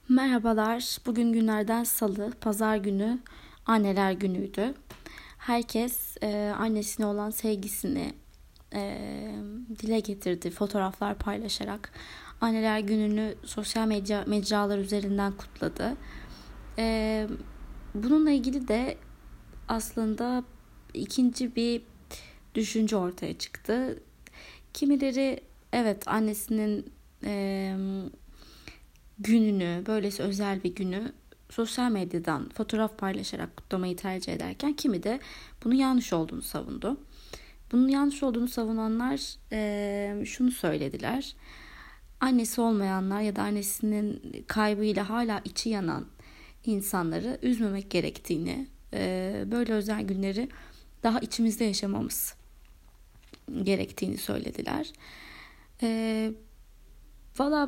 Merhabalar. Bugün günlerden salı, pazar günü anneler günüydü. Herkes annesine olan sevgisini e, dile getirdi. Fotoğraflar paylaşarak anneler gününü sosyal mecralar üzerinden kutladı. E, Bununla ilgili de aslında ikinci bir düşünce ortaya çıktı. Kimileri evet annesinin gününü, böylesi özel bir günü sosyal medyadan fotoğraf paylaşarak kutlamayı tercih ederken kimi de bunun yanlış olduğunu savundu. Bunun yanlış olduğunu savunanlar şunu söylediler. Annesi olmayanlar ya da annesinin kaybıyla hala içi yanan insanları üzmemek gerektiğini, böyle özel günleri daha içimizde yaşamamız gerektiğini söylediler. Valla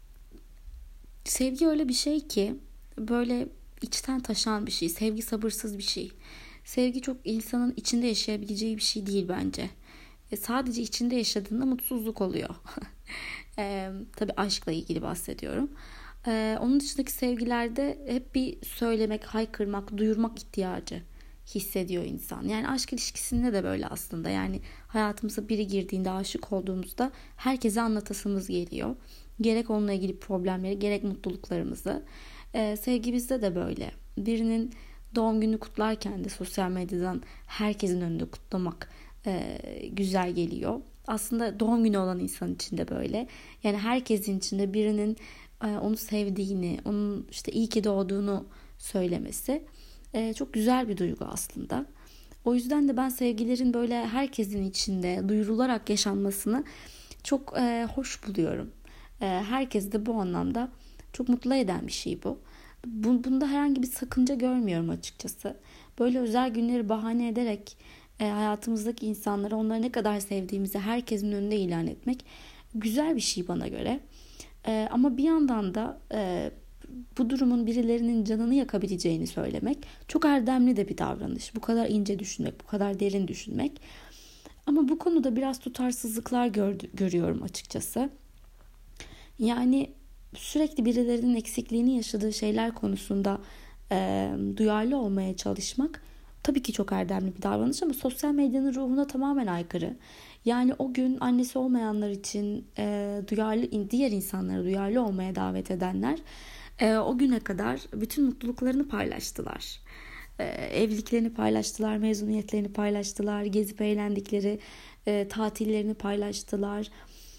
sevgi öyle bir şey ki böyle içten taşan bir şey. Sevgi sabırsız bir şey. Sevgi çok insanın içinde yaşayabileceği bir şey değil bence. Sadece içinde yaşadığında mutsuzluk oluyor. Tabii aşkla ilgili bahsediyorum. Onun dışındaki sevgilerde hep bir söylemek, haykırmak, duyurmak ihtiyacı hissediyor insan. Yani aşk ilişkisinde de böyle aslında. Yani hayatımıza biri girdiğinde, aşık olduğumuzda herkese anlatasımız geliyor. Gerek onunla ilgili problemleri, gerek mutluluklarımızı. Sevgimizde de böyle. Birinin doğum gününü kutlarken de sosyal medyadan herkesin önünde kutlamak güzel geliyor. Aslında doğum günü olan insan için de böyle. Yani herkesin içinde birinin onu sevdiğini, onun işte iyi ki doğduğunu söylemesi çok güzel bir duygu aslında. O yüzden de ben sevgilerin böyle herkesin içinde duyurularak yaşanmasını çok hoş buluyorum. Herkesi de bu anlamda çok mutlu eden bir şey bu. Bunda herhangi bir sakınca görmüyorum açıkçası. Böyle özel günleri bahane ederek hayatımızdaki insanlara onları ne kadar sevdiğimizi herkesin önünde ilan etmek güzel bir şey bana göre. Ama bir yandan da bu durumun birilerinin canını yakabileceğini söylemek çok erdemli de bir davranış. Bu kadar ince düşünmek, bu kadar derin düşünmek. Ama bu konuda biraz tutarsızlıklar görüyorum açıkçası. Yani sürekli birilerinin eksikliğini yaşadığı şeyler konusunda duyarlı olmaya çalışmak tabii ki çok erdemli bir davranış ama sosyal medyanın ruhuna tamamen aykırı. Yani o gün annesi olmayanlar için duyarlı, diğer insanları duyarlı olmaya davet edenler o güne kadar bütün mutluluklarını paylaştılar. Evliliklerini paylaştılar, mezuniyetlerini paylaştılar, gezip eğlendikleri tatillerini paylaştılar.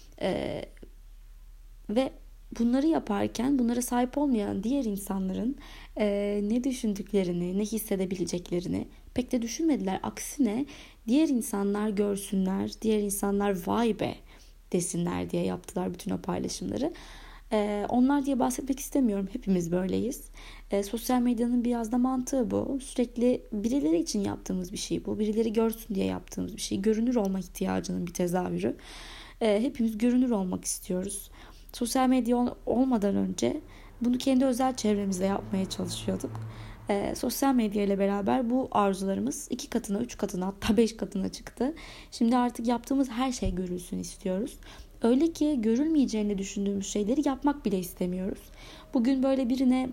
Ve bunları yaparken bunlara sahip olmayan diğer insanların ne düşündüklerini, ne hissedebileceklerini pek de düşünmediler. Aksine diğer insanlar görsünler, diğer insanlar vay be desinler diye yaptılar bütün o paylaşımları. Onlar diye bahsetmek istemiyorum. Hepimiz böyleyiz. Sosyal medyanın biraz da mantığı bu. Sürekli birileri için yaptığımız bir şey bu. Birileri görsün diye yaptığımız bir şey. Görünür olma ihtiyacının bir tezahürü. Hepimiz görünür olmak istiyoruz. Sosyal medya olmadan önce bunu kendi özel çevremizde yapmaya çalışıyorduk. Sosyal medya ile beraber bu arzularımız 2 katına, 3 katına hatta 5 katına çıktı. Şimdi artık yaptığımız her şey görülsün istiyoruz. Öyle ki görülmeyeceğini düşündüğümüz şeyleri yapmak bile istemiyoruz. Bugün böyle birine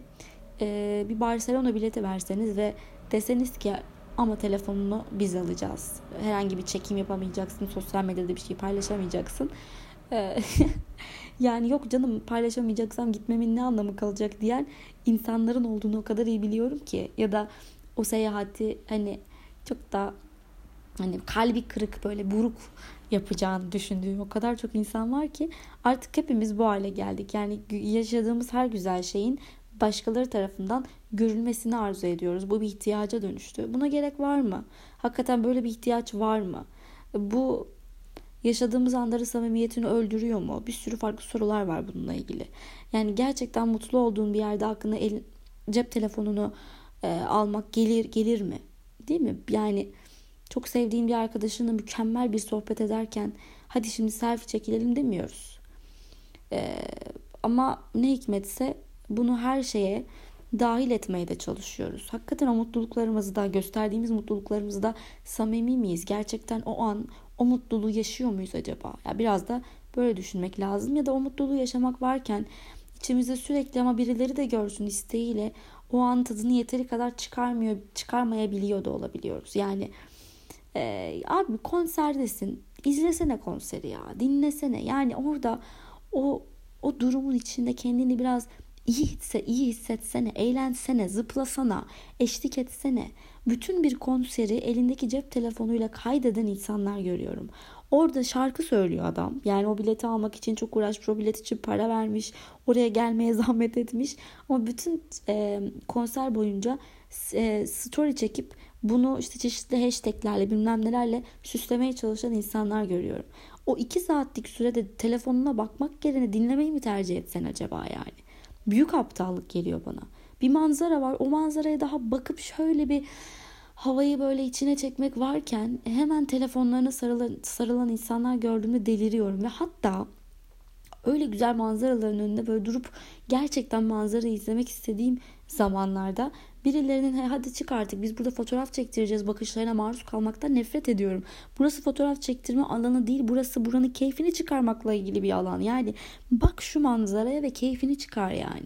bir Barcelona bileti verseniz ve deseniz ki ama telefonunu biz alacağız. Herhangi bir çekim yapamayacaksın, sosyal medyada bir şey paylaşamayacaksın. Ee, Yani yok canım paylaşamayacaksam gitmemin ne anlamı kalacak diyen insanların olduğunu o kadar iyi biliyorum ki. Ya da o seyahati hani çok da hani kalbi kırık böyle buruk yapacağını düşündüğüm o kadar çok insan var ki artık hepimiz bu hale geldik. Yani yaşadığımız her güzel şeyin başkaları tarafından görülmesini arzu ediyoruz. Bu bir ihtiyaca dönüştü. Buna gerek var mı? Hakikaten böyle bir ihtiyaç var mı? Bu yaşadığımız anların samimiyetini öldürüyor mu? Bir sürü farklı sorular var bununla ilgili. Yani gerçekten mutlu olduğun bir yerde aklına cep telefonunu almak gelir mi? Değil mi? Yani çok sevdiğin bir arkadaşınla mükemmel bir sohbet ederken hadi şimdi selfie çekilelim demiyoruz. Ee, Ama ne hikmetse bunu her şeye dahil etmeye de çalışıyoruz. Hakikaten o mutluluklarımızı da gösterdiğimiz mutluluklarımızı da samimi miyiz? Gerçekten o an o mutluluğu yaşıyor muyuz acaba? Ya biraz da böyle düşünmek lazım ya da o mutluluğu yaşamak varken içimizde sürekli ama birileri de görsün isteğiyle o an tadını yeteri kadar çıkarmayabiliyor da olabiliyoruz. Yani abi konserdesin, izlesene konseri ya, dinlesene. Yani orada o durumun içinde kendini biraz iyi hissetsene, eğlensene, zıplasana, eşlik etsene. Bütün bir konseri elindeki cep telefonuyla kaydeden insanlar görüyorum. Orada şarkı söylüyor adam. Yani o bileti almak için çok uğraşmış, o bilet için para vermiş, oraya gelmeye zahmet etmiş. Ama bütün konser boyunca story çekip bunu işte çeşitli hashtaglerle bilmem nelerle süslemeye çalışan insanlar görüyorum. O 2 saatlik sürede telefonuna bakmak yerine dinlemeyi mi tercih etsen acaba yani? Büyük aptallık geliyor bana. Bir manzara var, o manzaraya daha bakıp şöyle bir havayı böyle içine çekmek varken hemen telefonlarına sarılan insanlar gördüğümde deliriyorum. Ve hatta öyle güzel manzaraların önünde böyle durup gerçekten manzarayı izlemek istediğim zamanlarda birilerinin hadi çık artık biz burada fotoğraf çektireceğiz bakışlarına maruz kalmaktan nefret ediyorum. Burası fotoğraf çektirme alanı değil, burası buranın keyfini çıkarmakla ilgili bir alan. Yani bak şu manzaraya ve keyfini çıkar yani.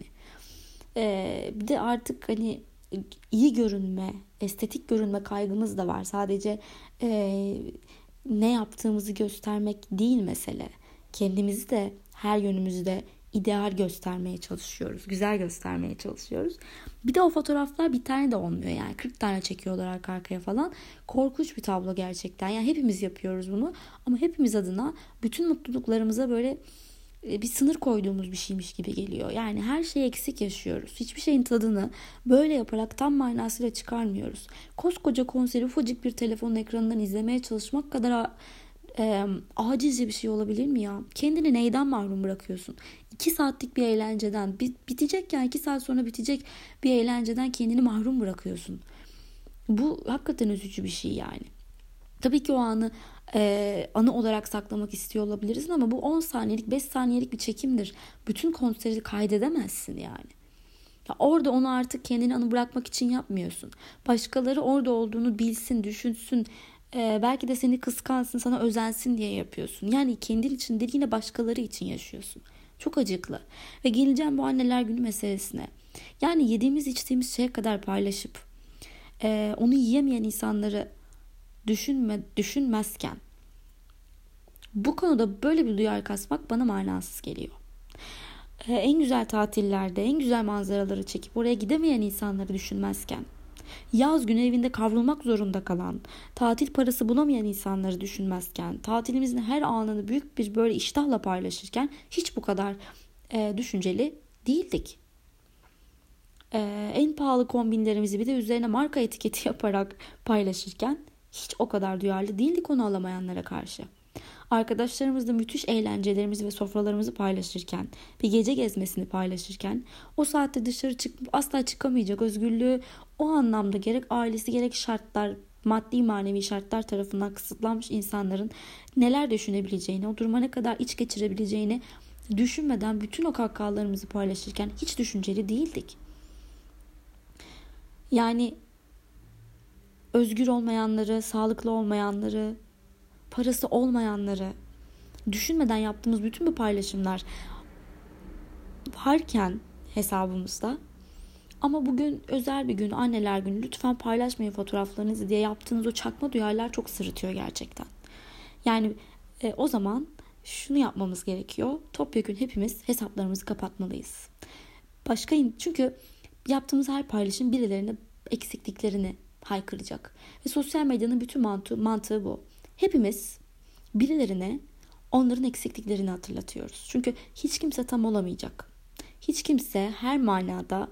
Bir de artık hani iyi görünme, estetik görünme kaygımız da var. Sadece ne yaptığımızı göstermek değil mesele. Kendimizi de her yönümüzde ideal göstermeye çalışıyoruz. Güzel göstermeye çalışıyoruz. Bir de o fotoğraflar bir tane de olmuyor yani. 40 tane çekiyorlar arka arkaya falan. Korkunç bir tablo gerçekten. Yani hepimiz yapıyoruz bunu. Ama hepimiz adına bütün mutluluklarımıza böyle bir sınır koyduğumuz bir şeymiş gibi geliyor. Yani her şeyi eksik yaşıyoruz. Hiçbir şeyin tadını böyle yaparak tam manasıyla çıkarmıyoruz. Koskoca konseri ufacık bir telefonun ekranından izlemeye çalışmak kadar acizce bir şey olabilir mi ya? Kendini neyden mahrum bırakıyorsun? 2 saatlik bir eğlenceden, bitecek yani 2 saat sonra bitecek bir eğlenceden kendini mahrum bırakıyorsun. Bu hakikaten üzücü bir şey yani. Tabii ki o anı anı olarak saklamak istiyor olabiliriz ama bu 10 saniyelik 5 saniyelik bir çekimdir. Bütün konseri kaydedemezsin yani. Ya orada onu artık kendini anı bırakmak için yapmıyorsun. Başkaları orada olduğunu bilsin, düşünsün. Belki de seni kıskansın, sana özensin diye yapıyorsun. Yani kendin için değil yine başkaları için yaşıyorsun. Çok acıklı. Ve geleceğim bu anneler günü meselesine. Yani yediğimiz içtiğimiz şeye kadar paylaşıp onu yiyemeyen insanları düşünmezken bu konuda böyle bir duyar kasmak bana manasız geliyor. En güzel tatillerde en güzel manzaraları çekip oraya gidemeyen insanları düşünmezken, yaz günü evinde kavrulmak zorunda kalan, tatil parası bulamayan insanları düşünmezken, tatilimizin her anını büyük bir böyle iştahla paylaşırken hiç bu kadar düşünceli değildik. En pahalı kombinlerimizi bir de üzerine marka etiketi yaparak paylaşırken hiç o kadar duyarlı değildik onu alamayanlara karşı. Arkadaşlarımızla müthiş eğlencelerimizi ve sofralarımızı paylaşırken, bir gece gezmesini paylaşırken, o saatte dışarı çıkıp asla çıkamayacak özgürlüğü o anlamda gerek ailesi gerek şartlar, maddi manevi şartlar tarafından kısıtlanmış insanların neler düşünebileceğini, o duruma ne kadar iç geçirebileceğini düşünmeden bütün o kahkahalarımızı paylaşırken hiç düşünceli değildik. Yani özgür olmayanları, sağlıklı olmayanları, parası olmayanları düşünmeden yaptığımız bütün bu paylaşımlar varken hesabımızda ama bugün özel bir gün, anneler günü, lütfen paylaşmayın fotoğraflarınızı diye yaptığınız o çakma duyarlar çok sırıtıyor gerçekten. Yani o zaman şunu yapmamız gerekiyor. Topyekün hepimiz hesaplarımızı kapatmalıyız. Çünkü yaptığımız her paylaşım birilerine eksikliklerini haykıracak. Ve sosyal medyanın bütün mantığı bu. Hepimiz birilerine onların eksikliklerini hatırlatıyoruz. Çünkü hiç kimse tam olamayacak. Hiç kimse her manada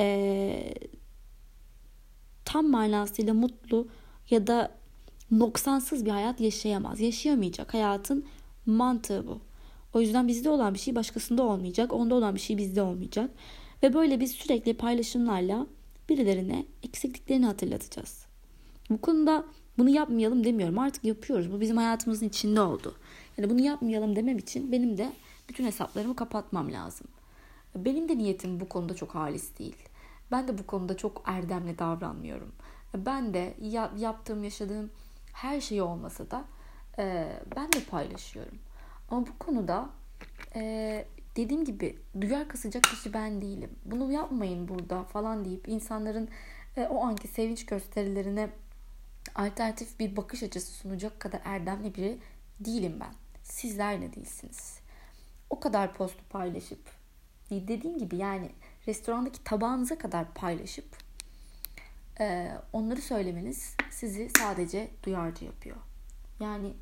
tam manasıyla mutlu ya da noksansız bir hayat yaşayamaz. Yaşayamayacak. Hayatın mantığı bu. O yüzden bizde olan bir şey başkasında olmayacak. Onda olan bir şey bizde olmayacak. Ve böyle biz sürekli paylaşımlarla birilerine eksikliklerini hatırlatacağız. Bu konuda bunu yapmayalım demiyorum. Artık yapıyoruz. Bu bizim hayatımızın içinde oldu. Yani bunu yapmayalım demem için benim de bütün hesaplarımı kapatmam lazım. Benim de niyetim bu konuda çok halis değil. Ben de bu konuda çok erdemli davranmıyorum. Ben de yaptığım, yaşadığım her şey olmasa da ben de paylaşıyorum. Ama bu konuda dediğim gibi duyar kasacak kişi ben değilim. Bunu yapmayın burada falan deyip insanların o anki sevinç gösterilerine alternatif bir bakış açısı sunacak kadar erdemli biri değilim ben. Sizler de değilsiniz. O kadar postu paylaşıp, dediğim gibi yani restorandaki tabağınıza kadar paylaşıp onları söylemeniz sizi sadece duyarcı yapıyor. Yani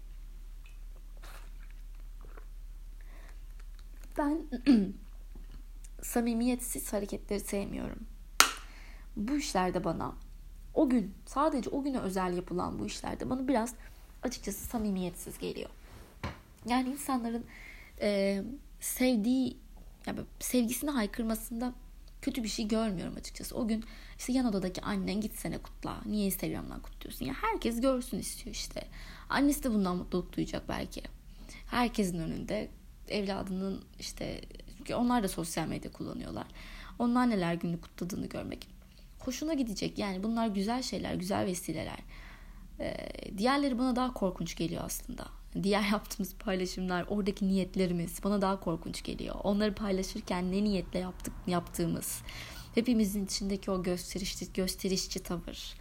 ben samimiyetsiz hareketleri sevmiyorum. Bu işlerde bana o gün, sadece o güne özel yapılan bu işlerde bana biraz açıkçası samimiyetsiz geliyor. Yani insanların sevdiği, yani sevgisini haykırmasında kötü bir şey görmüyorum açıkçası. O gün işte yan odadaki annen gitsene kutla. Niye Instagram'dan kutluyorsun? Ya herkes görsün istiyor işte. Annesi de bundan mutluluk duyacak belki. Herkesin önünde evladının işte, çünkü onlar da sosyal medya kullanıyorlar. Onlar neler günlük kutladığını görmek hoşuna gidecek. Yani bunlar güzel şeyler, güzel vesileler. Diğerleri bana daha korkunç geliyor aslında. Diğer yaptığımız paylaşımlar, oradaki niyetlerimiz bana daha korkunç geliyor. Onları paylaşırken ne niyetle yaptığımız, hepimizin içindeki o gösterişçi tavır,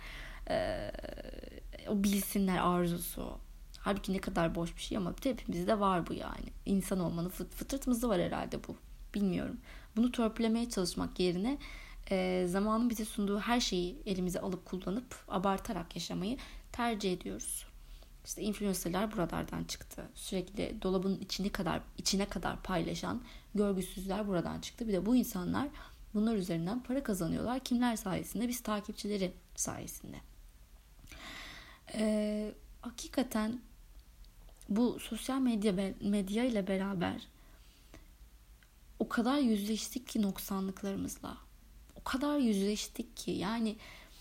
o bilsinler arzusu. Halbuki ne kadar boş bir şey ama hepimizde var bu yani. İnsan olmanın fıtratımızda var herhalde bu. Bilmiyorum. Bunu törpülemeye çalışmak yerine zamanın bize sunduğu her şeyi elimize alıp kullanıp abartarak yaşamayı tercih ediyoruz. İşte influencerlar buralardan çıktı. Sürekli dolabın içine kadar paylaşan görgüsüzler buradan çıktı. Bir de bu insanlar bunlar üzerinden para kazanıyorlar. Kimler sayesinde? Biz takipçileri sayesinde. Hakikaten bu sosyal medya ile beraber o kadar yüzleştik ki noksanlıklarımızla. O kadar yüzleştik ki yani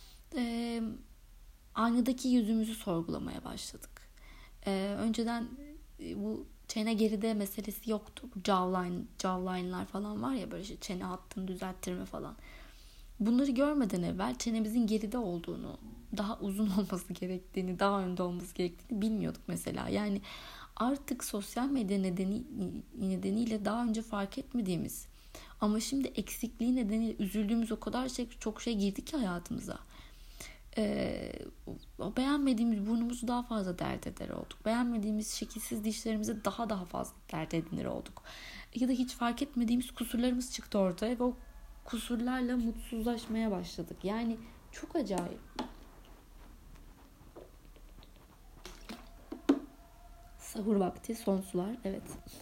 aynadaki yüzümüzü sorgulamaya başladık. Önceden bu çene geride meselesi yoktu. Bu jawline'lar falan var ya, böyle işte çene hattını düzelttirme falan. Bunları görmeden evvel çenemizin geride olduğunu, daha uzun olması gerektiğini, daha önde olması gerektiğini bilmiyorduk mesela. Yani artık sosyal medya nedeniyle daha önce fark etmediğimiz ama şimdi eksikliği nedeniyle üzüldüğümüz o kadar çok şey girdi ki hayatımıza. Beğenmediğimiz burnumuzu daha fazla dert eder olduk. Beğenmediğimiz şekilsiz dişlerimize daha fazla dert edinir olduk. Ya da hiç fark etmediğimiz kusurlarımız çıktı ortaya ve o kusurlarla mutsuzlaşmaya başladık. Yani çok acayip. Sahur vakti, son sular, evet.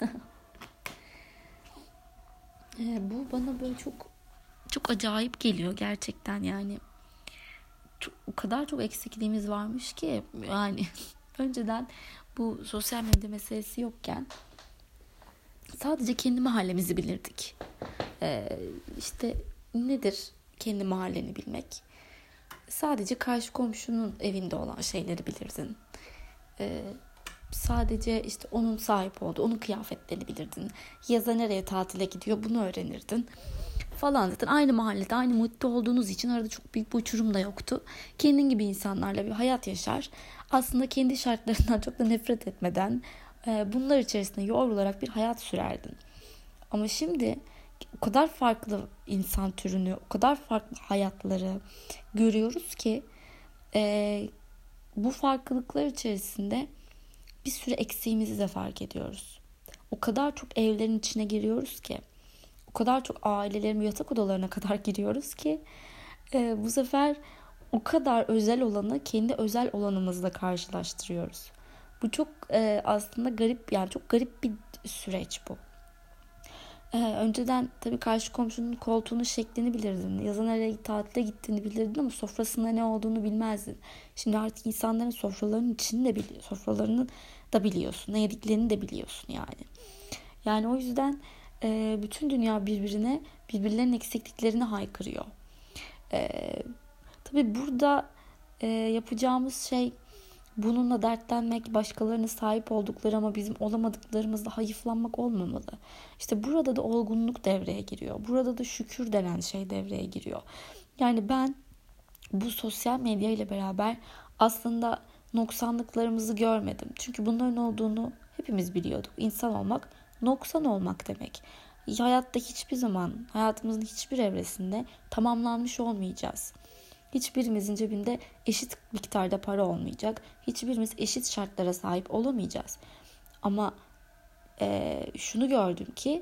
Bu bana böyle çok acayip geliyor gerçekten yani. O kadar çok eksikliğimiz varmış ki yani önceden bu sosyal medya meselesi yokken sadece kendi mahallemizi bilirdik. İşte nedir kendi mahalleni bilmek? Sadece karşı komşunun evinde olan şeyleri bilirdin. Sadece işte onun sahip olduğu, onun kıyafetlerini bilirdin. Yaza nereye tatile gidiyor bunu öğrenirdin falan. Zaten aynı mahallede, aynı muhitte olduğunuz için arada çok büyük bir uçurum da yoktu. Kendin gibi insanlarla bir hayat yaşar. Aslında kendi şartlarından çok da nefret etmeden bunlar içerisinde yoğrularak bir hayat sürerdin. Ama şimdi o kadar farklı insan türünü, o kadar farklı hayatları görüyoruz ki bu farklılıklar içerisinde bir sürü eksiğimizi de fark ediyoruz. O kadar çok evlerin içine giriyoruz ki, o kadar çok ailelerin yatak odalarına kadar giriyoruz ki bu sefer o kadar özel olanı kendi özel olanımızla karşılaştırıyoruz. Bu çok aslında garip, yani çok garip bir süreç bu. Önceden tabii karşı komşunun koltuğunun şeklini bilirdin. Yazın nereye tatile gittiğini bilirdin ama sofrasında ne olduğunu bilmezdin. Şimdi artık insanların sofralarını da biliyorsun. Ne yediklerini de biliyorsun yani. Yani o yüzden bütün dünya birbirlerinin eksikliklerini haykırıyor. Tabii burada yapacağımız şey bununla dertlenmek, başkalarının sahip oldukları ama bizim olamadıklarımızla hayıflanmak olmamalı. İşte burada da olgunluk devreye giriyor. Burada da şükür denen şey devreye giriyor. Yani ben bu sosyal medya ile beraber aslında noksanlıklarımızı görmedim. Çünkü bunların olduğunu hepimiz biliyorduk. İnsan olmak noksan olmak demek. hayatta hiçbir zaman, hayatımızın hiçbir evresinde tamamlanmış olmayacağız. Hiçbirimizin cebinde eşit miktarda para olmayacak. Hiçbirimiz eşit şartlara sahip olamayacağız. Ama şunu gördüm ki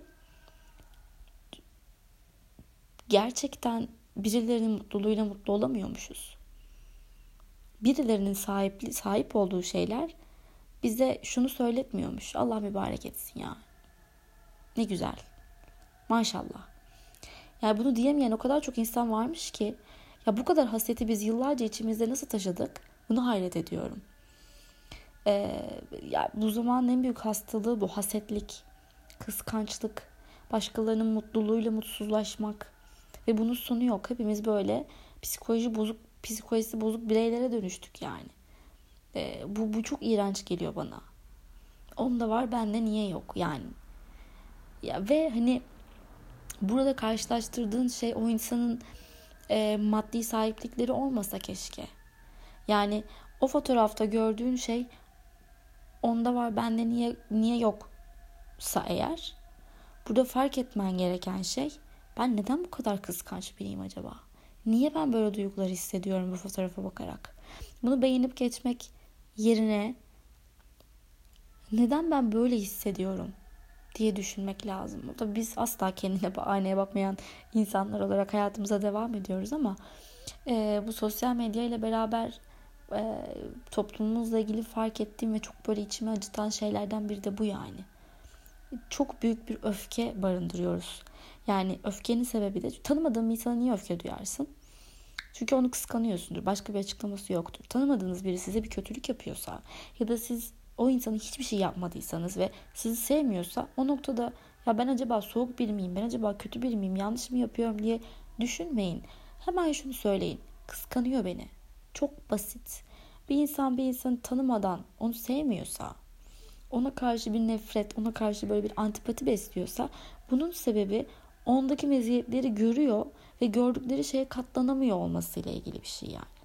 gerçekten birilerinin mutluluğuyla mutlu olamıyormuşuz. Birilerinin sahip olduğu şeyler bize şunu söyletmiyormuş. Allah mübarek etsin ya. Ne güzel. Maşallah. Yani bunu diyemeyen o kadar çok insan varmış ki ya bu kadar hasreti biz yıllarca içimizde nasıl taşıdık? Bunu hayret ediyorum. Ya bu zamanın en büyük hastalığı bu hasetlik, kıskançlık, başkalarının mutluluğuyla mutsuzlaşmak ve bunun sonu yok. Hepimiz böyle psikolojisi bozuk bireylere dönüştük yani. Bu çok iğrenç geliyor bana. Onda var, bende niye yok yani. Ya ve hani burada karşılaştırdığın şey o insanın maddi sahiplikleri olmasa keşke. Yani o fotoğrafta gördüğün şey onda var, bende niye yoksa eğer, burada fark etmen gereken şey, ben neden bu kadar kıskanç biriyim acaba? Niye ben böyle duygular hissediyorum bu fotoğrafa bakarak? Bunu beğenip geçmek yerine neden ben böyle hissediyorum diye düşünmek lazım. Tabii biz asla kendine aynaya bakmayan insanlar olarak hayatımıza devam ediyoruz ama bu sosyal medya ile beraber toplumumuzla ilgili fark ettiğim ve çok böyle içimi acıtan şeylerden biri de bu yani. Çok büyük bir öfke barındırıyoruz. Yani öfkenin sebebi de tanımadığın bir insana niye öfke duyarsın? Çünkü onu kıskanıyorsundur. Başka bir açıklaması yoktur. Tanımadığınız biri size bir kötülük yapıyorsa ya da siz o insanın hiçbir şey yapmadıysanız ve sizi sevmiyorsa o noktada ya ben acaba soğuk biri miyim? Ben acaba kötü biri miyim? Yanlış mı yapıyorum diye düşünmeyin. Hemen şunu söyleyin. Kıskanıyor beni. Çok basit. Bir insanı tanımadan onu sevmiyorsa, ona karşı bir nefret, ona karşı böyle bir antipati besliyorsa bunun sebebi ondaki meziyetleri görüyor ve gördükleri şeye katlanamıyor olmasıyla ilgili bir şey yani.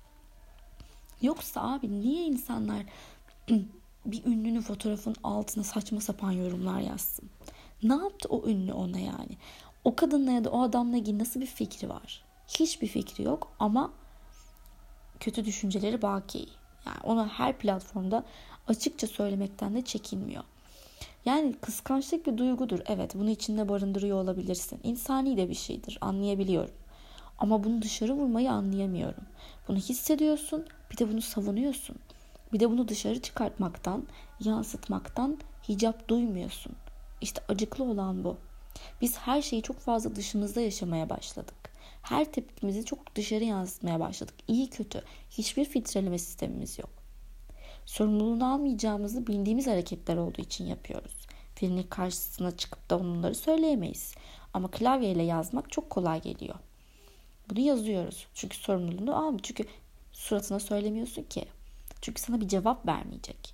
Yoksa abi niye insanlar bir ünlünün fotoğrafının altına saçma sapan yorumlar yazsın? Ne yaptı o ünlü ona yani? O kadınla ya da o adamla ilgili nasıl bir fikri var? Hiçbir fikri yok ama kötü düşünceleri baki. Yani onu her platformda açıkça söylemekten de çekinmiyor. Yani kıskançlık bir duygudur. Evet, bunu içinde barındırıyor olabilirsin. İnsani de bir şeydir. Anlayabiliyorum. Ama bunu dışarı vurmayı anlayamıyorum. Bunu hissediyorsun, bir de bunu savunuyorsun. Bir de bunu dışarı çıkartmaktan, yansıtmaktan hicap duymuyorsun. İşte acıklı olan bu. Biz her şeyi çok fazla dışımızda yaşamaya başladık. Her tepkimizi çok dışarı yansıtmaya başladık. İyi kötü. Hiçbir filtreleme sistemimiz yok. Sorumluluğunu almayacağımızı bildiğimiz hareketler olduğu için yapıyoruz. Birinin karşısına çıkıp da onları söyleyemeyiz. Ama klavyeyle yazmak çok kolay geliyor. Bunu yazıyoruz. Çünkü sorumluluğunu almıyor. Çünkü suratına söylemiyorsun ki. Çünkü sana bir cevap vermeyecek.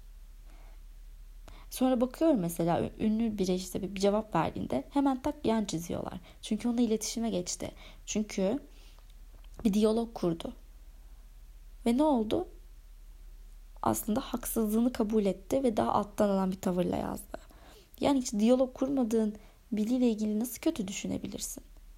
Sonra bakıyorum mesela ünlü biri işte bir cevap verdiğinde hemen tak yan çiziyorlar. Çünkü onunla iletişime geçti. Çünkü bir diyalog kurdu. Ve ne oldu? Aslında haksızlığını kabul etti ve daha alttan alan bir tavırla yazdı. Yani hiç diyalog kurmadığın biriyle ilgili nasıl kötü düşünebilirsin?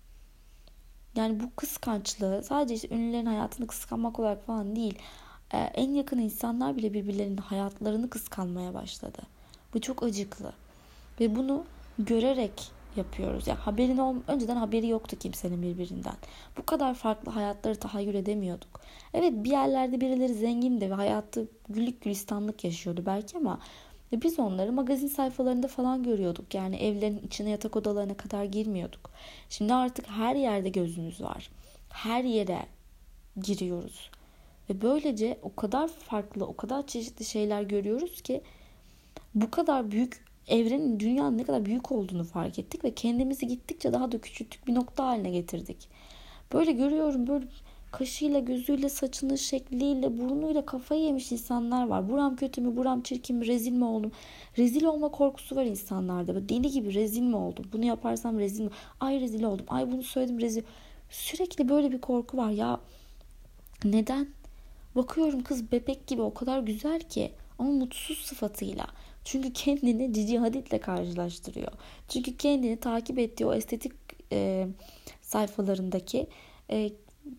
Yani bu kıskançlığı sadece işte ünlülerin hayatını kıskanmak olarak falan değil. En yakın insanlar bile birbirlerinin hayatlarını kıskanmaya başladı. Bu çok acıklı. Ve bunu görerek yapıyoruz. Ya önceden haberi yoktu kimsenin birbirinden. Bu kadar farklı hayatları tahayyül edemiyorduk. Evet, bir yerlerde birileri zengindi ve hayatı güllük gülistanlık yaşıyordu belki ama biz onları magazin sayfalarında falan görüyorduk. Yani evlerin içine, yatak odalarına kadar girmiyorduk. Şimdi artık her yerde gözümüz var. Her yere giriyoruz. Ve böylece o kadar farklı, o kadar çeşitli şeyler görüyoruz ki bu kadar büyük evrenin, dünyanın ne kadar büyük olduğunu fark ettik ve kendimizi gittikçe daha da küçülttük, bir nokta haline getirdik. Böyle görüyorum, böyle kaşıyla, gözüyle, saçının şekliyle, burnuyla kafayı yemiş insanlar var. Buram kötü mü, buram çirkin mi, rezil mi oldum? Rezil olma korkusu var insanlarda. Böyle deli gibi rezil mi oldum? Bunu yaparsam rezil mi? Ay rezil oldum. Ay bunu söyledim rezil. Sürekli böyle bir korku var ya. Neden? Bakıyorum kız bebek gibi o kadar güzel ki ama mutsuz sıfatıyla. Çünkü kendini Cici Hadid'le karşılaştırıyor. Çünkü kendini takip ettiği o estetik sayfalarındaki e,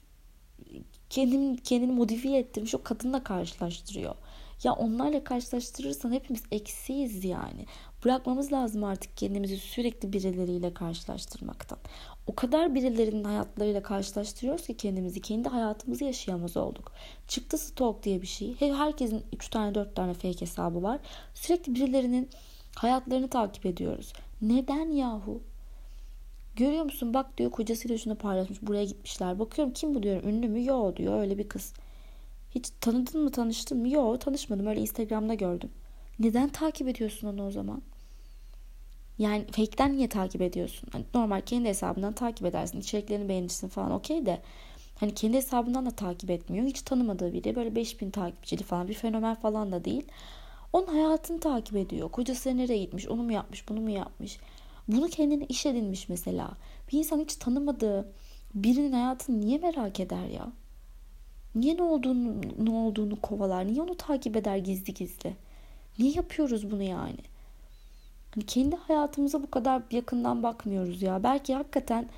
kendini modifiye ettirmiş o kadınla karşılaştırıyor. Ya onlarla karşılaştırırsan hepimiz eksiyiz yani. Bırakmamız lazım artık kendimizi sürekli birileriyle karşılaştırmaktan. O kadar birilerinin hayatlarıyla karşılaştırıyoruz ki kendimizi, kendi hayatımızı yaşayamaz olduk. Çıktı stalk diye bir şey. Herkesin 3 tane 4 tane fake hesabı var. Sürekli birilerinin hayatlarını takip ediyoruz. Neden yahu? Görüyor musun? Bak diyor, kocasıyla şunu paylaşmış. Buraya gitmişler. Bakıyorum, kim bu diyorum. Ünlü mü? Yo diyor. Öyle bir kız. Hiç tanıdın mı, tanıştın mı? Yo, tanışmadım. Öyle Instagram'da gördüm. Neden takip ediyorsun onu o zaman? Yani fake'ten niye takip ediyorsun? Hani normal kendi hesabından takip edersin. İçeriklerini beğenirsin falan, okey de. Hani kendi hesabından da takip etmiyor. Hiç tanımadığı biri. Böyle 5000 takipçili falan bir fenomen falan da değil. Onun hayatını takip ediyor. Kocası nereye gitmiş? Onu mu yapmış? Bunu mu yapmış? Bunu kendine iş edinmiş mesela. Bir insan hiç tanımadığı birinin hayatını niye merak eder ya? Niye ne olduğunu kovalar? Niye onu takip eder gizli gizli? Niye yapıyoruz bunu yani? Hani kendi hayatımıza bu kadar yakından bakmıyoruz ya. Belki hakikaten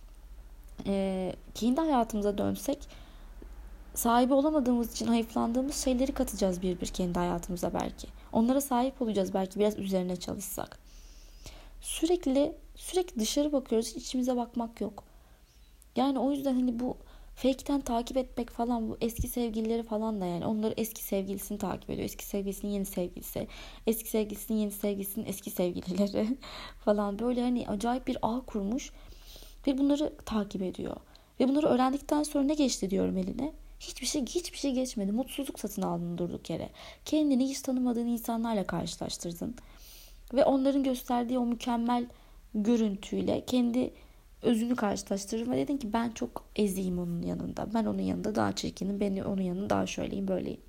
kendi hayatımıza dönsek, sahibi olamadığımız için hayıflandığımız şeyleri katacağız bir kendi hayatımıza belki. Onlara sahip olacağız belki, biraz üzerine çalışsak. Sürekli dışarı bakıyoruz, hiç içimize bakmak yok. Yani o yüzden hani bu fake'ten takip etmek falan, bu eski sevgilileri falan da, yani onları eski sevgilisini takip ediyor. Eski sevgilisinin yeni sevgilisi, eski sevgilisinin yeni sevgilisinin eski sevgilileri falan, böyle hani acayip bir ağ kurmuş ve bunları takip ediyor. Ve bunları öğrendikten sonra ne geçti diyorum eline? Hiçbir şey geçmedi. Mutsuzluk satın aldın durduk yere. Kendini hiç tanımadığın insanlarla karşılaştırdın. Ve onların gösterdiği o mükemmel görüntüyle kendi özünü karşılaştırdın ve dedin ki ben çok eziyim onun yanında. Ben onun yanında daha çirkinim. Ben onun yanında daha şöyleyim, böyleyim.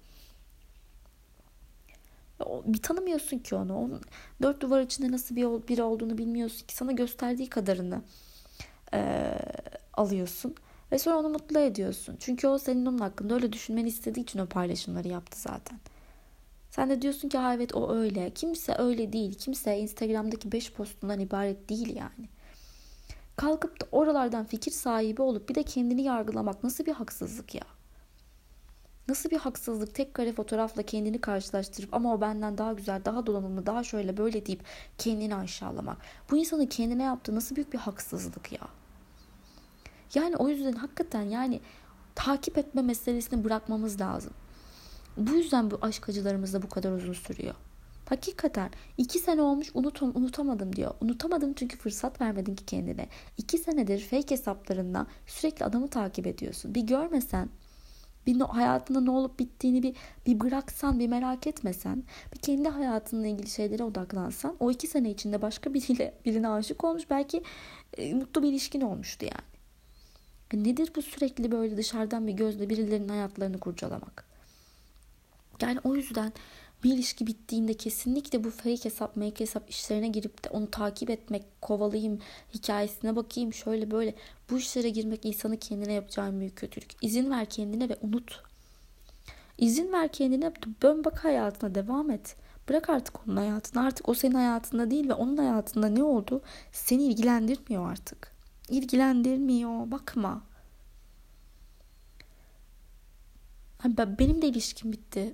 Bir tanımıyorsun ki onu. Onun dört duvar içinde nasıl biri olduğunu bilmiyorsun ki. Sana gösterdiği kadarını alıyorsun. Ve sonra onu mutlu ediyorsun. Çünkü o senin onun hakkında öyle düşünmeni istediği için o paylaşımları yaptı zaten. Sen de diyorsun ki ha evet, o öyle. Kimse öyle değil. Kimse Instagram'daki 5 postundan ibaret değil yani. Kalkıp da oralardan fikir sahibi olup bir de kendini yargılamak nasıl bir haksızlık ya? Nasıl bir haksızlık? Tek kare fotoğrafla kendini karşılaştırıp ama o benden daha güzel, daha donanımlı, daha şöyle böyle deyip kendini aşağılamak. Bu insanın kendine yaptığı nasıl büyük bir haksızlık ya? Yani o yüzden hakikaten yani takip etme meselesini bırakmamız lazım. Bu yüzden bu aşk acılarımız da bu kadar uzun sürüyor. Hakikaten 2 sene olmuş, unutamadım diyor. Unutamadım çünkü fırsat vermedin ki kendine. 2 senedir fake hesaplarından sürekli adamı takip ediyorsun. Bir görmesen, bir hayatında ne olup bittiğini bir bıraksan, bir merak etmesen, bir kendi hayatınla ilgili şeylere odaklansan, o 2 sene içinde başka birine aşık olmuş, belki mutlu bir ilişkin olmuştu yani. Nedir bu sürekli böyle dışarıdan bir gözle birilerinin hayatlarını kurcalamak? Yani o yüzden bir ilişki bittiğinde kesinlikle bu fake hesap işlerine girip de onu takip etmek, kovalayayım, hikayesine bakayım, şöyle böyle, bu işlere girmek insanı kendine yapacağı büyük kötülük. İzin ver kendine ve unut. İzin ver kendine, dön bak hayatına, devam et. Bırak artık onun hayatını. Artık o senin hayatında değil ve onun hayatında ne oldu seni ilgilendirmiyor artık. İlgilendirmiyor. Bakma. Benim de ilişkim bitti.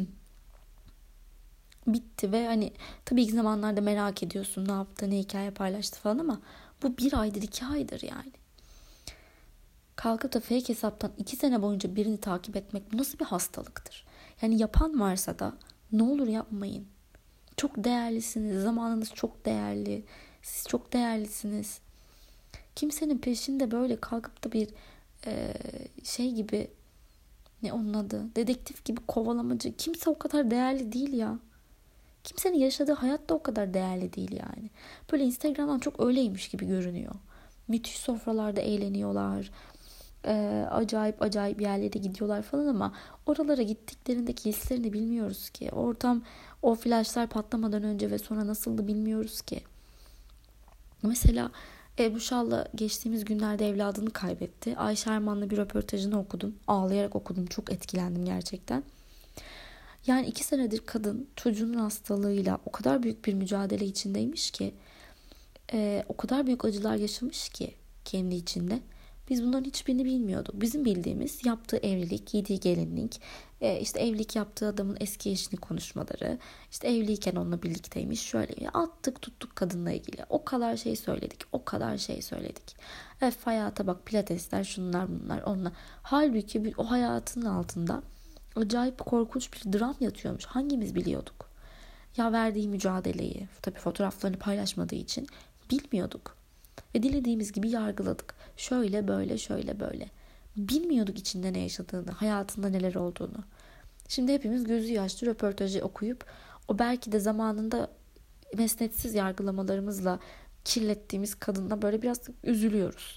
Bitti ve hani tabii ilk zamanlarda merak ediyorsun ne yaptı, ne hikaye paylaştı falan, ama bu 1 aydır 2 aydır yani. Kalkıp da fake hesaptan 2 sene boyunca birini takip etmek, bu nasıl bir hastalıktır? Yani yapan varsa da ne olur yapmayın. Çok değerlisiniz, zamanınız çok değerli, siz çok değerlisiniz. Kimsenin peşinde böyle kalkıp da bir şey gibi, ne onun adı, dedektif gibi kovalamacı, kimse o kadar değerli değil ya. Kimsenin yaşadığı hayat da o kadar değerli değil yani. Böyle Instagram'dan çok öyleymiş gibi görünüyor. Müthiş sofralarda eğleniyorlar. Acayip yerlere gidiyorlar falan, ama oralara gittiklerindeki hislerini bilmiyoruz ki. Ortam, o flaşlar patlamadan önce ve sonra nasıldı bilmiyoruz ki. Mesela Ebru Şallı geçtiğimiz günlerde evladını kaybetti. Ayşe Erman'la bir röportajını okudum. Ağlayarak okudum. Çok etkilendim gerçekten. Yani 2 senedir kadın çocuğunun hastalığıyla o kadar büyük bir mücadele içindeymiş ki, o kadar büyük acılar yaşamış ki kendi içinde. Biz bunların hiçbirini bilmiyorduk. Bizim bildiğimiz yaptığı evlilik, giydiği gelinlik, işte evlilik yaptığı adamın eski eşini konuşmaları, işte evliyken onunla birlikteymiş, şöyle attık tuttuk kadınla ilgili. O kadar şey söyledik, o kadar şey söyledik. Hayata bak, pilatesler, şunlar bunlar, onlar. Halbuki o hayatının altında acayip korkunç bir dram yatıyormuş. Hangimiz biliyorduk? Ya verdiği mücadeleyi, tabii fotoğraflarını paylaşmadığı için bilmiyorduk. Ve dilediğimiz gibi yargıladık. Şöyle böyle, şöyle böyle. Bilmiyorduk içinde ne yaşadığını, hayatında neler olduğunu. Şimdi hepimiz gözü yaşlı röportajı okuyup o belki de zamanında mesnetsiz yargılamalarımızla kirlettiğimiz kadınla böyle biraz üzülüyoruz.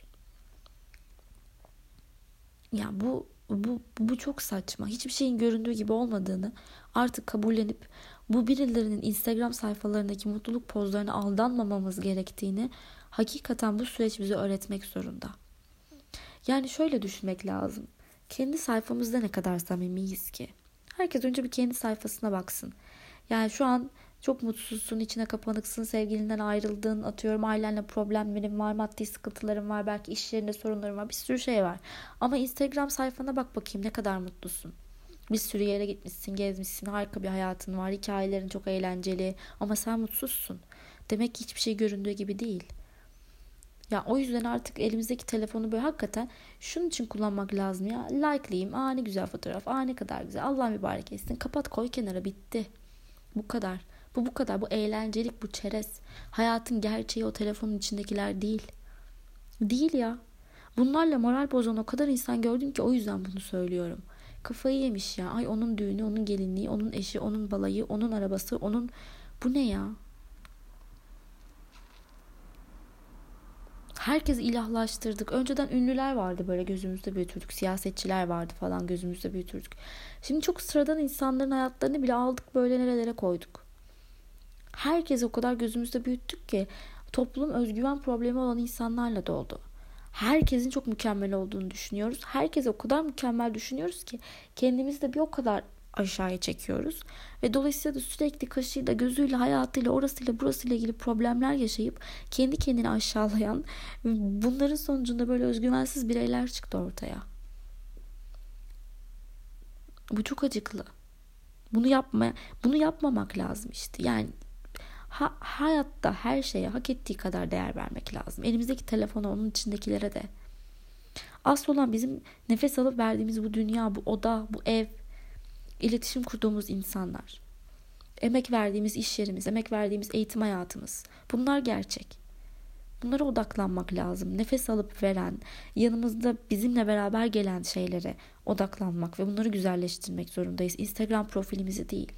Ya bu çok saçma. Hiçbir şeyin göründüğü gibi olmadığını artık kabullenip bu birilerinin Instagram sayfalarındaki mutluluk pozlarına aldanmamamız gerektiğini hakikaten bu süreç bize öğretmek zorunda. Yani şöyle düşünmek lazım. Kendi sayfamızda ne kadar samimiyiz ki? Herkes önce bir kendi sayfasına baksın. Yani şu an çok mutsuzsun, içine kapanıksın, sevgilinden ayrıldın, atıyorum ailenle problemlerin var, maddi sıkıntıların var, belki iş yerinde sorunların var, bir sürü şey var. Ama Instagram sayfana bak bakayım, ne kadar mutlusun. Bir sürü yere gitmişsin, gezmişsin, harika bir hayatın var, hikayelerin çok eğlenceli ama sen mutsuzsun. Demek ki hiçbir şey göründüğü gibi değil. Ya o yüzden artık elimizdeki telefonu böyle hakikaten şunun için kullanmak lazım ya. Like'layayım, ne güzel fotoğraf, ne kadar güzel, Allah mübarek etsin, kapat koy kenara, bitti. Bu kadar. Bu kadar. Bu eğlencelik, bu çerez. Hayatın gerçeği o telefonun içindekiler değil. Değil ya. Bunlarla moral bozan o kadar insan gördüm ki o yüzden bunu söylüyorum. Kafayı yemiş ya. Ay onun düğünü, onun gelinliği, onun eşi, onun balayı, onun arabası, onun... Bu ne ya? Herkesi ilahlaştırdık. Önceden ünlüler vardı, böyle gözümüzde büyütürdük. Siyasetçiler vardı falan, gözümüzde büyütürdük. Şimdi çok sıradan insanların hayatlarını bile aldık, böyle nerelere koyduk. Herkesi o kadar gözümüzde büyüttük ki toplum özgüven problemi olan insanlarla doldu. Herkesin çok mükemmel olduğunu düşünüyoruz. Herkese o kadar mükemmel düşünüyoruz ki kendimizi de bir o kadar aşağıya çekiyoruz. Ve dolayısıyla da sürekli kaşıyla, gözüyle, hayatıyla, orasıyla, burasıyla ilgili problemler yaşayıp kendi kendini aşağılayan, bunların sonucunda böyle özgüvensiz bireyler çıktı ortaya. Bu çok acıklı. Bunu yapmamak lazım işte. Yani hayatta her şeye hak ettiği kadar değer vermek lazım. Elimizdeki telefona, onun içindekilere de. Asıl olan bizim nefes alıp verdiğimiz bu dünya, bu oda, bu ev, iletişim kurduğumuz insanlar, emek verdiğimiz iş yerimiz, emek verdiğimiz eğitim hayatımız. Bunlar gerçek. Bunlara odaklanmak lazım. Nefes alıp veren, yanımızda bizimle beraber gelen şeylere odaklanmak ve bunları güzelleştirmek zorundayız. Instagram profilimizi değil.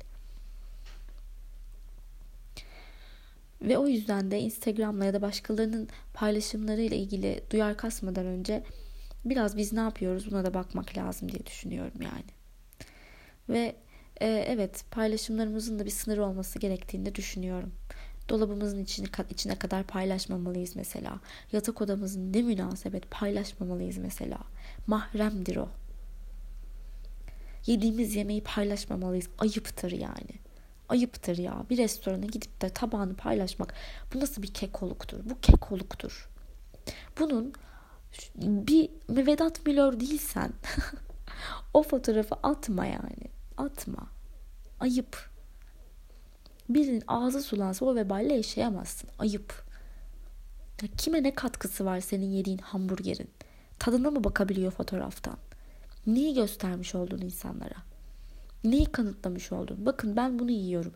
Ve o yüzden de Instagram'la ya da başkalarının paylaşımlarıyla ilgili duyar kasmadan önce biraz biz ne yapıyoruz buna da bakmak lazım diye düşünüyorum yani. Ve evet, paylaşımlarımızın da bir sınırı olması gerektiğini de düşünüyorum. Dolabımızın içine kadar paylaşmamalıyız mesela. Yatak odamızın ne münasebet paylaşmamalıyız mesela. Mahremdir o. Yediğimiz yemeği paylaşmamalıyız. Ayıptır yani. Ayıptır ya. Bir restorana gidip de tabağını paylaşmak. Bu nasıl bir kekoluktur? Bu kekoluktur. Bunun bir Vedat Milor değilsen o fotoğrafı atma yani. Atma. Ayıp. Birinin ağzı sulansa o veballe yaşayamazsın. Ayıp. Ya kime ne katkısı var senin yediğin hamburgerin? Tadına mı bakabiliyor fotoğraftan? Neyi göstermiş oldun insanlara? Neyi kanıtlamış oldun? Bakın ben bunu yiyorum.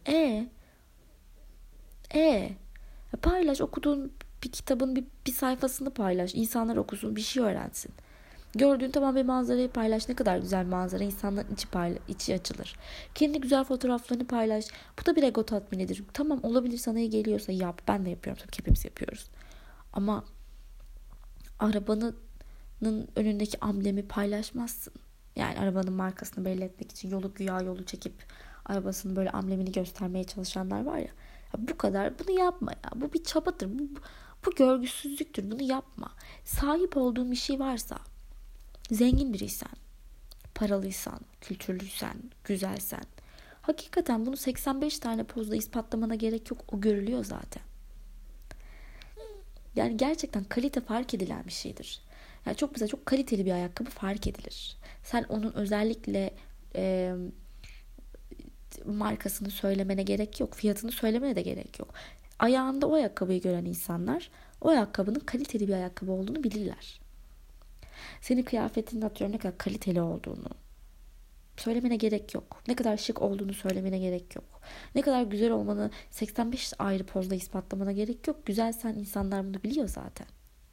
Paylaş, okuduğun bir kitabın bir sayfasını paylaş. İnsanlar okusun, bir şey öğrensin. Gördüğün tamam bir manzarayı paylaş. Ne kadar güzel manzara. İnsanların içi açılır. Kendi güzel fotoğraflarını paylaş. Bu da bir ego tatminidir. Tamam, olabilir, sana iyi geliyorsa yap. Ben de yapıyorum. Tabii hepimiz yapıyoruz. Ama arabanın önündeki amblemi paylaşmazsın. Yani arabanın markasını belli etmek için güya yolu çekip arabasının böyle amblemini göstermeye çalışanlar var ya. Bu kadar, bunu yapma ya. Bu bir çabadır. Bu görgüsüzlüktür. Bunu yapma. Sahip olduğun bir şey varsa, zengin biriysen, paralıysan, kültürlüysen, güzelsen, Hakikaten bunu 85 tane pozla ispatlamana gerek yok. O görülüyor zaten. Yani gerçekten kalite fark edilen bir şeydir. Yani çok mesela çok kaliteli bir ayakkabı fark edilir. Sen onun özellikle markasını söylemene gerek yok. Fiyatını söylemene de gerek yok. Ayağında o ayakkabıyı gören insanlar o ayakkabının kaliteli bir ayakkabı olduğunu bilirler. Senin kıyafetinin atıyorum ne kadar kaliteli olduğunu söylemene gerek yok. Ne kadar şık olduğunu söylemene gerek yok. Ne kadar güzel olmanı 85 ayrı pozla ispatlamana gerek yok. Güzelsen insanlar bunu biliyor zaten.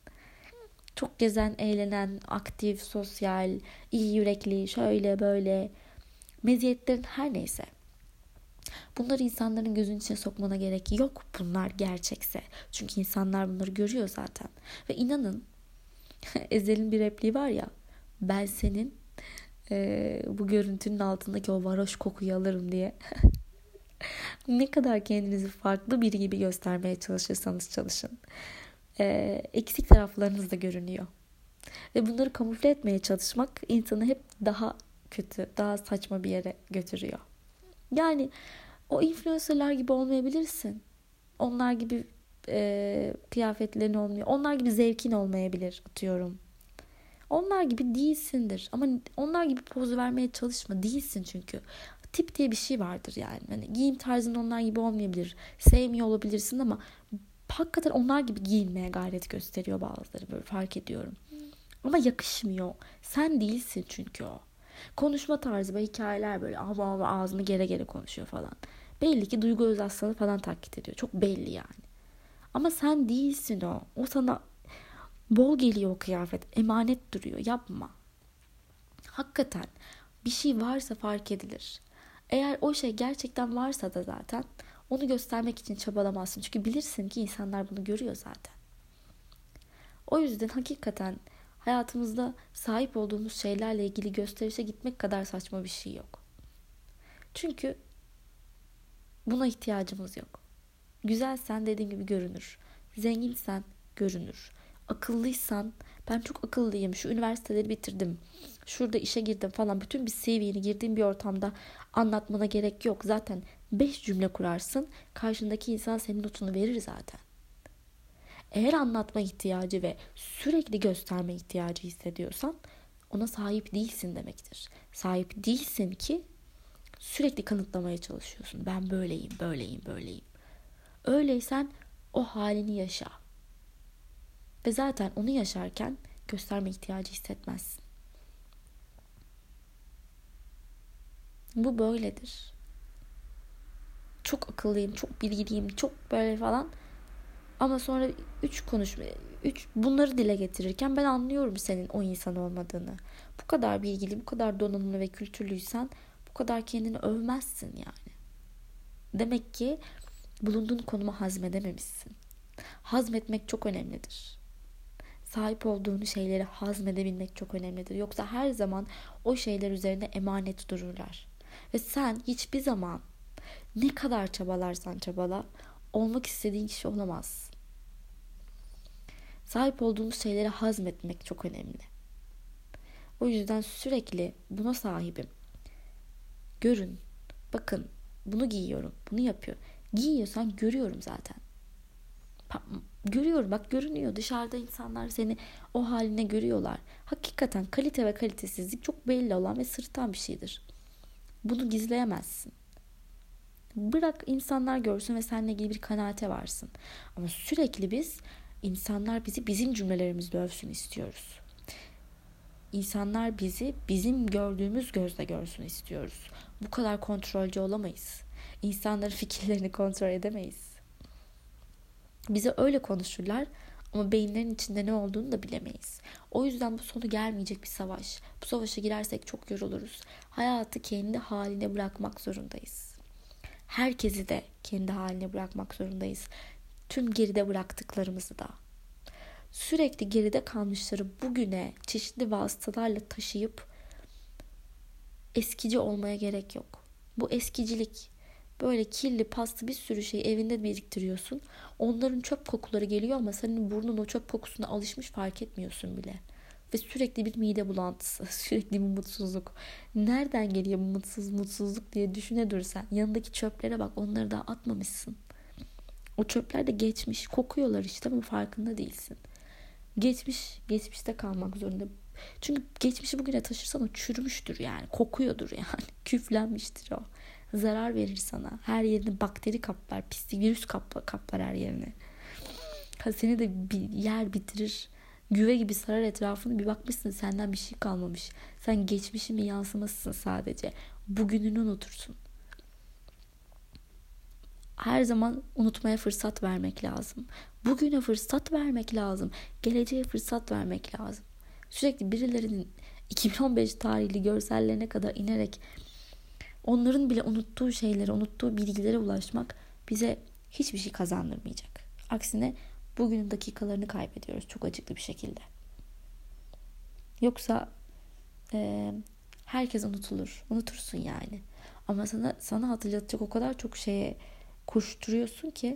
Çok gezen, eğlenen, aktif, sosyal, iyi yürekli, şöyle böyle meziyetlerin her neyse. Bunları insanların gözünün içine sokmana gerek yok, bunlar gerçekse. Çünkü insanlar bunları görüyor zaten. Ve inanın Ezel'in bir repliği var ya, ben senin bu görüntünün altındaki o varoş kokuyu alırım diye. Ne kadar kendinizi farklı biri gibi göstermeye çalışırsanız çalışın. Eksik taraflarınız da görünüyor. Ve bunları kamufle etmeye çalışmak insanı hep daha kötü, daha saçma bir yere götürüyor. Yani o influencerlar gibi olmayabilirsin. Onlar gibi kıyafetlerin olmuyor. Onlar gibi zevkin olmayabilir atıyorum. Onlar gibi değilsindir. Ama onlar gibi poz vermeye çalışma. Değilsin çünkü. Tip diye bir şey vardır yani. Hani giyim tarzın onlar gibi olmayabilir. Sevmiyor olabilirsin ama hakikaten onlar gibi giyinmeye gayret gösteriyor bazıları. Böyle fark ediyorum. Ama yakışmıyor. Sen değilsin çünkü o. Konuşma tarzı ve hikayeler böyle ama ağzını gere gere konuşuyor falan. Belli ki Duygu Özaslan'ı falan taklit ediyor. Çok belli yani. Ama sen değilsin o. O sana bol geliyor o kıyafet. Emanet duruyor. Yapma. Hakikaten bir şey varsa fark edilir. Eğer o şey gerçekten varsa da zaten onu göstermek için çabalamazsın. Çünkü bilirsin ki insanlar bunu görüyor zaten. O yüzden hakikaten hayatımızda sahip olduğumuz şeylerle ilgili gösterişe gitmek kadar saçma bir şey yok. Çünkü buna ihtiyacımız yok. Güzelsen dediğim gibi görünür. Zenginsen görünür. Akıllıysan ben çok akıllıyım, şu üniversiteleri bitirdim, şurada işe girdim falan, bütün bir CV'ni girdiğin bir ortamda anlatmana gerek yok. Zaten 5 cümle kurarsın, karşındaki insan senin notunu verir zaten. Eğer anlatma ihtiyacı ve sürekli gösterme ihtiyacı hissediyorsan ona sahip değilsin demektir. Sahip değilsin ki sürekli kanıtlamaya çalışıyorsun. Ben böyleyim, böyleyim, böyleyim. Öyleysen o halini yaşa. Ve zaten onu yaşarken gösterme ihtiyacı hissetmezsin. Bu böyledir. Çok akıllıyım, çok bilgiliyim, çok böyle falan. Ama sonra bunları dile getirirken ben anlıyorum senin o insan olmadığını. Bu kadar bilgili, bu kadar donanımlı ve kültürlüysen bu kadar kendini övmezsin yani. Demek ki bulunduğun konumu hazmedememişsin. Hazmetmek çok önemlidir. Sahip olduğun şeyleri hazmedebilmek çok önemlidir. Yoksa her zaman o şeyler üzerine emanet dururlar. Ve sen hiçbir zaman ne kadar çabalarsan çabala olmak istediğin kişi olamazsın. Sahip olduğumuz şeyleri hazmetmek çok önemli. O yüzden sürekli buna sahibim. Görün, bakın, bunu giyiyorum, bunu yapıyor. Giyiyorsan görüyorum zaten. Görüyorum, bak görünüyor. Dışarıda insanlar seni o haline görüyorlar. Hakikaten kalite ve kalitesizlik çok belli olan ve sırıtan bir şeydir. Bunu gizleyemezsin. Bırak insanlar görsün ve seninle ilgili bir kanaate varsın. Ama sürekli insanlar bizi bizim cümlelerimizle övsün istiyoruz. İnsanlar bizi bizim gördüğümüz gözle görsün istiyoruz. Bu kadar kontrolcü olamayız. İnsanların fikirlerini kontrol edemeyiz. Bize öyle konuşurlar ama beyinlerin içinde ne olduğunu da bilemeyiz. O yüzden bu sonu gelmeyecek bir savaş. Bu savaşa girersek çok yoruluruz. Hayatı kendi haline bırakmak zorundayız. Herkesi de kendi haline bırakmak zorundayız. Tüm geride bıraktıklarımızı da. Sürekli geride kalmışları bugüne çeşitli vasıtalarla taşıyıp eskici olmaya gerek yok. Bu eskicilik. Böyle kirli, paslı bir sürü şeyi evinde biriktiriyorsun. Onların çöp kokuları geliyor ama senin burnun o çöp kokusuna alışmış, fark etmiyorsun bile. Ve sürekli bir mide bulantısı, sürekli bir mutsuzluk. Nereden geliyor bu mutsuzluk diye düşüne dursan. Yanındaki çöplere bak, onları daha atmamışsın. O çöpler de geçmiş, kokuyorlar işte ama farkında değilsin. Geçmişte kalmak zorunda. Çünkü geçmişi bugüne taşırsan o çürümüştür yani. Kokuyordur yani. Küflenmiştir o. Zarar verir sana. Her yerini bakteri kaplar, pislik, virüs kaplar her yerini. Seni de bir yer bitirir. Güve gibi sarar etrafını, bir bakmışsın senden bir şey kalmamış. Sen geçmişin bir yansımasısın sadece. Bugününü unutursun. Her zaman unutmaya fırsat vermek lazım. Bugüne fırsat vermek lazım. Geleceğe fırsat vermek lazım. Sürekli birilerinin 2015 tarihli görsellerine kadar inerek onların bile unuttuğu şeylere, unuttuğu bilgilere ulaşmak bize hiçbir şey kazandırmayacak. Aksine bugünün dakikalarını kaybediyoruz çok acıklı bir şekilde. Yoksa herkes unutulur. Unutursun yani. Ama sana hatırlatacak o kadar çok şeye koşturuyorsun ki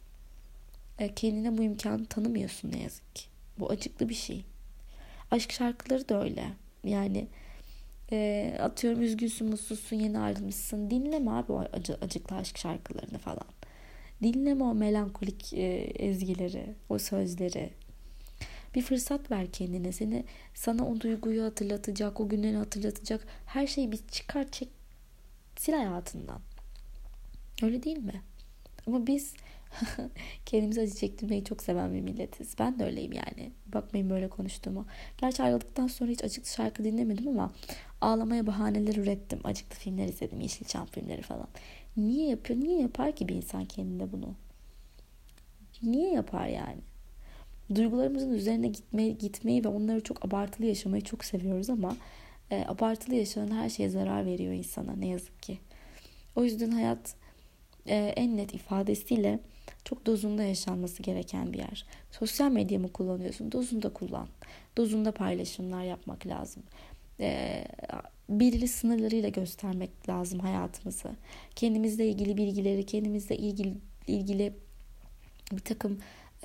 kendine bu imkanı tanımıyorsun ne yazık ki. Bu acıklı bir şey. Aşk şarkıları da öyle. Yani atıyorum üzgünsün, mutsuzsun, yeni ayrılmışsın. Dinleme abi o acıklı aşk şarkılarını falan. Dinleme o melankolik ezgileri, o sözleri. Bir fırsat ver kendine. Sana o duyguyu hatırlatacak, o günleri hatırlatacak her şeyi bir çıkar, sil hayatından. Öyle değil mi? Ama biz kendimizi acı çektirmeyi çok seven bir milletiz. Ben de öyleyim yani. Bakmayın böyle konuştuğuma. Gerçi ayrıldıktan sonra hiç acıklı şarkı dinlemedim ama ağlamaya bahaneler ürettim. Acıklı filmler izledim. Yeşilçam filmleri falan. Niye yapıyor? Niye yapar ki bir insan kendine bunu? Niye yapar yani? Duygularımızın üzerine gitmeyi ve onları çok abartılı yaşamayı çok seviyoruz ama abartılı yaşanan her şeye zarar veriyor insana ne yazık ki. O yüzden hayat en net ifadesiyle çok dozunda yaşanması gereken bir yer. Sosyal medya mı kullanıyorsun? Dozunda kullan. Dozunda paylaşımlar yapmak lazım. Belirli sınırlarıyla göstermek lazım hayatımızı. Kendimizle ilgili bilgileri, kendimizle ilgili bir takım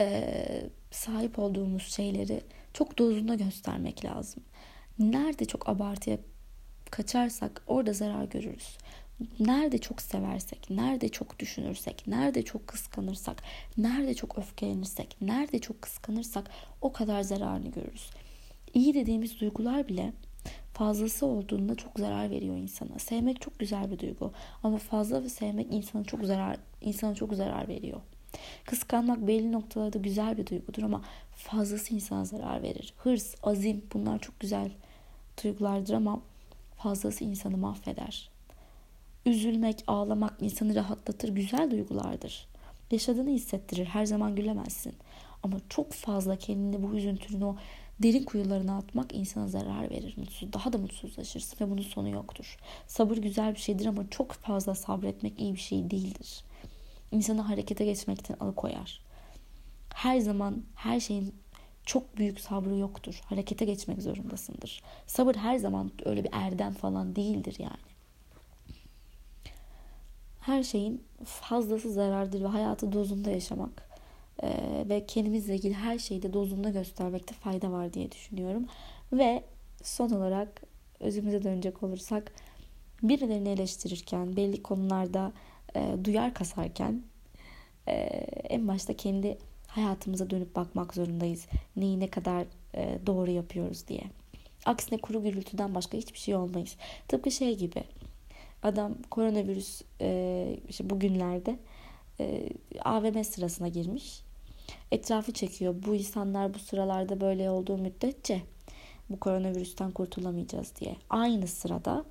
sahip olduğumuz şeyleri çok dozunda göstermek lazım. Nerede çok abartıya kaçarsak orada zarar görürüz. Nerede çok seversek, nerede çok düşünürsek, nerede çok kıskanırsak, nerede çok öfkelenirsek, nerede çok kıskanırsak o kadar zararını görürüz. İyi dediğimiz duygular bile fazlası olduğunda çok zarar veriyor insana. Sevmek çok güzel bir duygu ama fazla ve sevmek insana çok zarar veriyor. Kıskanmak belli noktalarda güzel bir duygudur ama fazlası insana zarar verir. Hırs, azim bunlar çok güzel duygulardır ama fazlası insanı mahveder. Üzülmek, ağlamak insanı rahatlatır, güzel duygulardır. Yaşadığını hissettirir, her zaman gülemezsin. Ama çok fazla kendini bu üzüntünün o derin kuyularına atmak insana zarar verir. Daha da mutsuzlaşırsın ve bunun sonu yoktur. Sabır güzel bir şeydir ama çok fazla sabretmek iyi bir şey değildir. İnsanı harekete geçmekten alıkoyar. Her zaman her şeyin çok büyük sabrı yoktur. Harekete geçmek zorundasındır. Sabır her zaman öyle bir erdem falan değildir yani. Her şeyin fazlası zarardır ve hayatı dozunda yaşamak ve kendimizle ilgili her şeyi de dozunda göstermekte fayda var diye düşünüyorum. Ve son olarak özümüze dönecek olursak birilerini eleştirirken, belli konularda duyar kasarken en başta kendi hayatımıza dönüp bakmak zorundayız. Neyi ne kadar doğru yapıyoruz diye. Aksine kuru gürültüden başka hiçbir şey olmayız. Tıpkı şey gibi. Adam koronavirüs işte bugünlerde AVM sırasına girmiş. Etrafı çekiyor. Bu insanlar bu sıralarda böyle olduğu müddetçe bu koronavirüsten kurtulamayacağız diye. Aynı sırada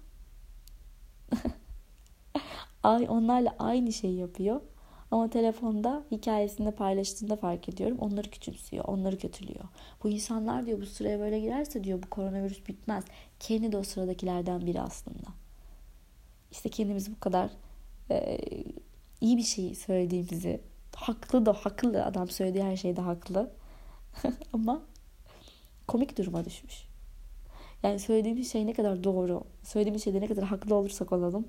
onlarla aynı şeyi yapıyor. Ama telefonda hikayesinde paylaştığında fark ediyorum. Onları küçümsüyor. Onları kötülüyor. Bu insanlar diyor bu sıraya böyle girerse diyor bu koronavirüs bitmez. Kendi de o sıradakilerden biri aslında. İşte kendimizi bu kadar iyi bir şey söylediğimizi, haklı adam söylediği her şeyde haklı ama komik duruma düşmüş. Yani söylediğimiz şey ne kadar doğru, söylediğimiz şeyde ne kadar haklı olursak olalım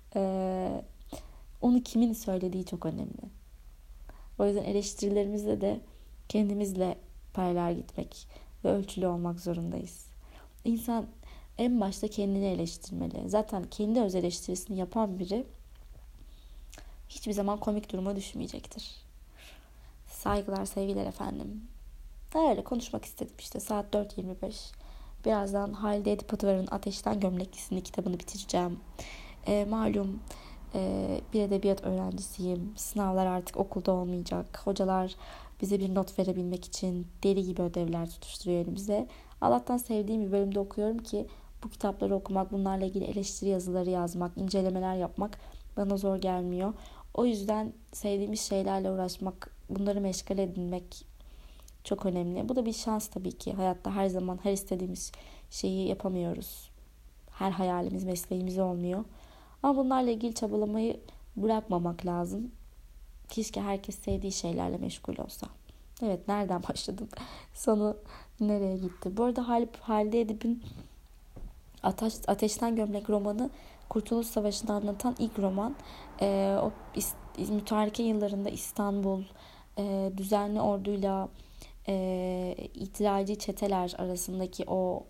onu kimin söylediği çok önemli. O yüzden eleştirilerimizle de kendimizle paralel gitmek, ve ölçülü olmak zorundayız. İnsan en başta kendini eleştirmeli. Zaten kendi öz eleştirisini yapan biri hiçbir zaman komik duruma düşmeyecektir. Saygılar, sevgiler efendim. Öyle konuşmak istedim işte. Saat 4:25. Birazdan Halide Edip Adıvar'ın Ateşten Gömleklisini kitabını bitireceğim. Malum bir edebiyat öğrencisiyim. Sınavlar artık okulda olmayacak. Hocalar bize bir not verebilmek için deli gibi ödevler tutuşturuyor elimize. Allah'tan sevdiğim bir bölümde okuyorum ki bu kitapları okumak, bunlarla ilgili eleştiri yazıları yazmak, incelemeler yapmak bana zor gelmiyor. O yüzden sevdiğimiz şeylerle uğraşmak, bunları meşgul edinmek çok önemli. Bu da bir şans tabii ki. Hayatta her zaman her istediğimiz şeyi yapamıyoruz. Her hayalimiz, mesleğimiz olmuyor. Ama bunlarla ilgili çabalamayı bırakmamak lazım. Keşke herkes sevdiği şeylerle meşgul olsa. Evet, nereden başladım? Sonu nereye gitti? Bu arada Halide Edip'in Ateşten Gömlek romanı Kurtuluş Savaşı'nı anlatan ilk roman. O mütareke yıllarında İstanbul düzenli orduyla ihtilalci çeteler arasındaki o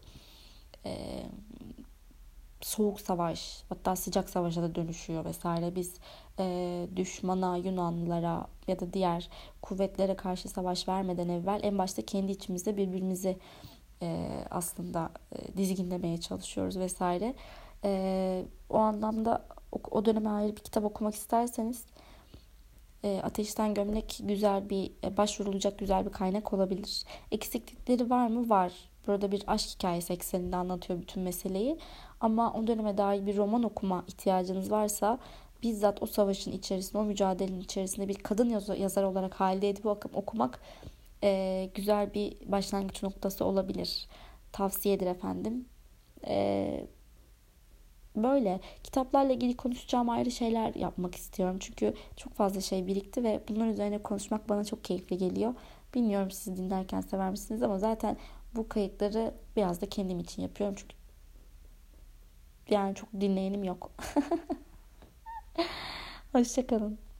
soğuk savaş, hatta sıcak savaşa da dönüşüyor vesaire. Biz düşmana, Yunanlılara ya da diğer kuvvetlere karşı savaş vermeden evvel en başta kendi içimizde birbirimizi aslında dizginlemeye çalışıyoruz vesaire. O anlamda o döneme ayrı bir kitap okumak isterseniz Ateşten Gömlek güzel bir başvurulacak güzel bir kaynak olabilir. Eksiklikleri var mı? Var. Burada bir aşk hikayesi ekseninde anlatıyor bütün meseleyi. Ama o döneme dair bir roman okuma ihtiyacınız varsa bizzat o savaşın içerisinde, o mücadelenin içerisinde bir kadın yazar olarak Halide Edip'i okumak güzel bir başlangıç noktası olabilir. Tavsiyedir efendim. Böyle kitaplarla ilgili konuşacağım ayrı şeyler yapmak istiyorum. Çünkü çok fazla şey birikti ve bunların üzerine konuşmak bana çok keyifli geliyor. Bilmiyorum siz dinlerken sever misiniz ama zaten bu kayıtları biraz da kendim için yapıyorum. Çünkü yani çok dinleyenim yok. Hoşça kalın.